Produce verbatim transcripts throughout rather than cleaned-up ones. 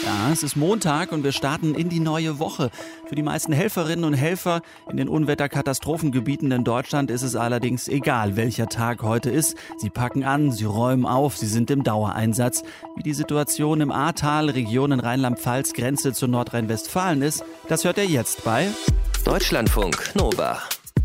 Ja, es ist Montag und wir starten in die neue Woche. Für die meisten Helferinnen und Helfer in den Unwetterkatastrophengebieten in Deutschland ist es allerdings egal, welcher Tag heute ist. Sie packen an, sie räumen auf, sie sind im Dauereinsatz. Wie die Situation im Ahrtal, Region in Rheinland-Pfalz, Grenze zu Nordrhein-Westfalen ist, das hört ihr jetzt bei Deutschlandfunk Nova.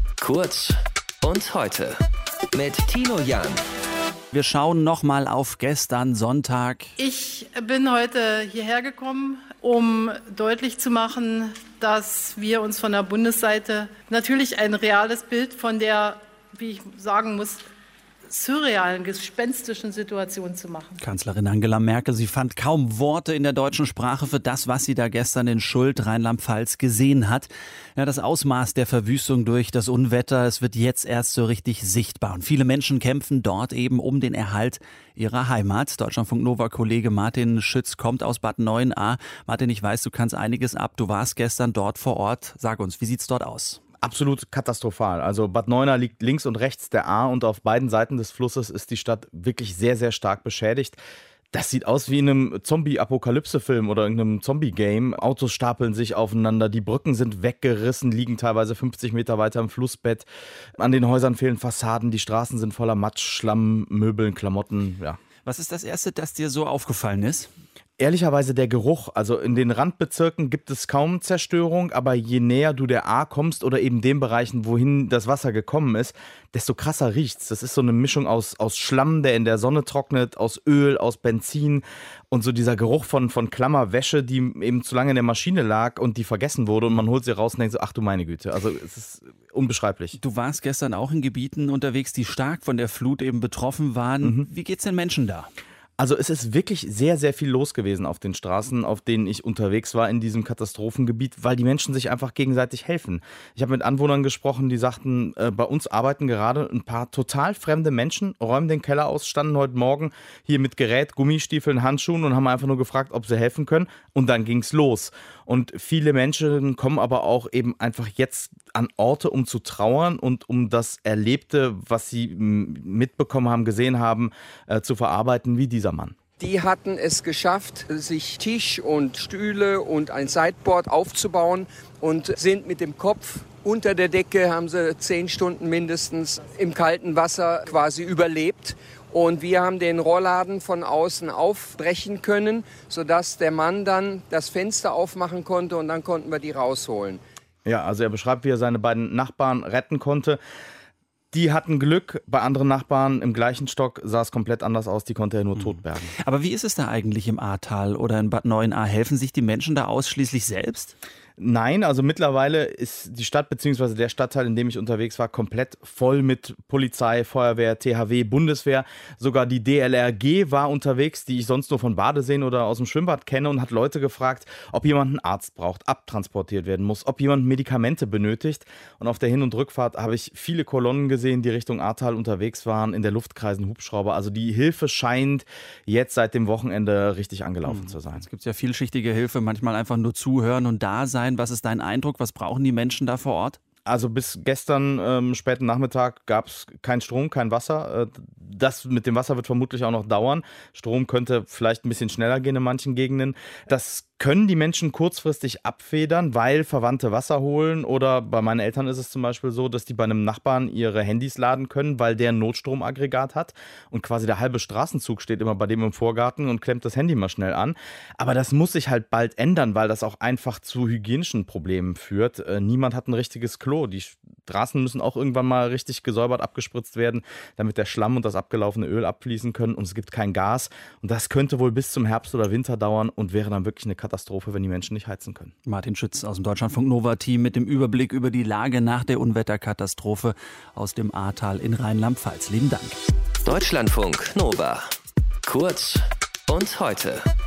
Kurz und heute mit Tino Jan. Wir schauen nochmal auf gestern Sonntag. Ich bin heute hierher gekommen, um deutlich zu machen, dass wir uns von der Bundesseite natürlich ein reales Bild von der, wie ich sagen muss, surrealen, gespenstischen Situation zu machen. Kanzlerin Angela Merkel, sie fand kaum Worte in der deutschen Sprache für das, was sie da gestern in Schuld, Rheinland-Pfalz, gesehen hat. Ja, das Ausmaß der Verwüstung durch das Unwetter, es wird jetzt erst so richtig sichtbar. Und viele Menschen kämpfen dort eben um den Erhalt ihrer Heimat. Deutschlandfunk Nova-Kollege Martin Schütz kommt aus Bad Neuenahr. Martin, ich weiß, du kannst einiges ab. Du warst gestern dort vor Ort. Sag uns, wie sieht's dort aus? Absolut katastrophal. Also Bad Neuenahr liegt links und rechts der Ahr und auf beiden Seiten des Flusses ist die Stadt wirklich sehr, sehr stark beschädigt. Das sieht aus wie in einem Zombie-Apokalypse-Film oder irgendeinem Zombie-Game. Autos stapeln sich aufeinander, die Brücken sind weggerissen, liegen teilweise fünfzig Meter weiter im Flussbett. An den Häusern fehlen Fassaden, die Straßen sind voller Matsch, Schlamm, Möbeln, Klamotten, ja. Was ist das Erste, das dir so aufgefallen ist? Ehrlicherweise der Geruch. Also in den Randbezirken gibt es kaum Zerstörung, aber je näher du der Ahr kommst oder eben den Bereichen, wohin das Wasser gekommen ist, desto krasser riecht's. Das ist so eine Mischung aus, aus Schlamm, der in der Sonne trocknet, aus Öl, aus Benzin und so dieser Geruch von, von Klammerwäsche, die eben zu lange in der Maschine lag und die vergessen wurde und man holt sie raus und denkt so, ach du meine Güte. Also es ist unbeschreiblich. Du warst gestern auch in Gebieten unterwegs, die stark von der Flut eben betroffen waren. Mhm. Wie geht's den Menschen da? Also es ist wirklich sehr, sehr viel los gewesen auf den Straßen, auf denen ich unterwegs war in diesem Katastrophengebiet, weil die Menschen sich einfach gegenseitig helfen. Ich habe mit Anwohnern gesprochen, die sagten, äh, bei uns arbeiten gerade ein paar total fremde Menschen, räumen den Keller aus, standen heute Morgen hier mit Gerät, Gummistiefeln, Handschuhen und haben einfach nur gefragt, ob sie helfen können. Und dann ging's los. Und viele Menschen kommen aber auch eben einfach jetzt an Orte, um zu trauern und um das Erlebte, was sie mitbekommen haben, gesehen haben, äh, zu verarbeiten, wie dieser Mann. Die hatten es geschafft, sich Tisch und Stühle und ein Sideboard aufzubauen und sind mit dem Kopf unter der Decke, haben sie zehn Stunden mindestens im kalten Wasser quasi überlebt. Und wir haben den Rollladen von außen aufbrechen können, sodass der Mann dann das Fenster aufmachen konnte und dann konnten wir die rausholen. Ja, also er beschreibt, wie er seine beiden Nachbarn retten konnte. Die hatten Glück, bei anderen Nachbarn im gleichen Stock sah es komplett anders aus, die konnte er nur mhm. tot bergen. Aber wie ist es da eigentlich im Ahrtal oder in Bad Neuenahr? Helfen sich die Menschen da ausschließlich selbst? Nein, also mittlerweile ist die Stadt bzw. der Stadtteil, in dem ich unterwegs war, komplett voll mit Polizei, Feuerwehr, T H W, Bundeswehr. Sogar die D L R G war unterwegs, die ich sonst nur von Badeseen oder aus dem Schwimmbad kenne und hat Leute gefragt, ob jemand einen Arzt braucht, abtransportiert werden muss, ob jemand Medikamente benötigt. Und auf der Hin- und Rückfahrt habe ich viele Kolonnen gesehen, die Richtung Ahrtal unterwegs waren, in der Luft kreisen Hubschrauber. Also die Hilfe scheint jetzt seit dem Wochenende richtig angelaufen mhm. zu sein. Es gibt ja vielschichtige Hilfe, manchmal einfach nur zuhören und da sein. Was ist dein Eindruck? Was brauchen die Menschen da vor Ort? Also bis gestern ähm, späten Nachmittag gab es keinen Strom, kein Wasser. Das mit dem Wasser wird vermutlich auch noch dauern. Strom könnte vielleicht ein bisschen schneller gehen in manchen Gegenden. Das können die Menschen kurzfristig abfedern, weil Verwandte Wasser holen oder bei meinen Eltern ist es zum Beispiel so, dass die bei einem Nachbarn ihre Handys laden können, weil der ein Notstromaggregat hat und quasi der halbe Straßenzug steht immer bei dem im Vorgarten und klemmt das Handy mal schnell an. Aber das muss sich halt bald ändern, weil das auch einfach zu hygienischen Problemen führt. Äh, niemand hat ein richtiges Klo. Die Straßen müssen auch irgendwann mal richtig gesäubert, abgespritzt werden, damit der Schlamm und das abgelaufene Öl abfließen können und es gibt kein Gas. Und das könnte wohl bis zum Herbst oder Winter dauern und wäre dann wirklich eine Katastrophe, wenn die Menschen nicht heizen können. Martin Schütz aus dem Deutschlandfunk Nova-Team mit dem Überblick über die Lage nach der Unwetterkatastrophe aus dem Ahrtal in Rheinland-Pfalz. Lieben Dank. Deutschlandfunk Nova. Kurz und heute.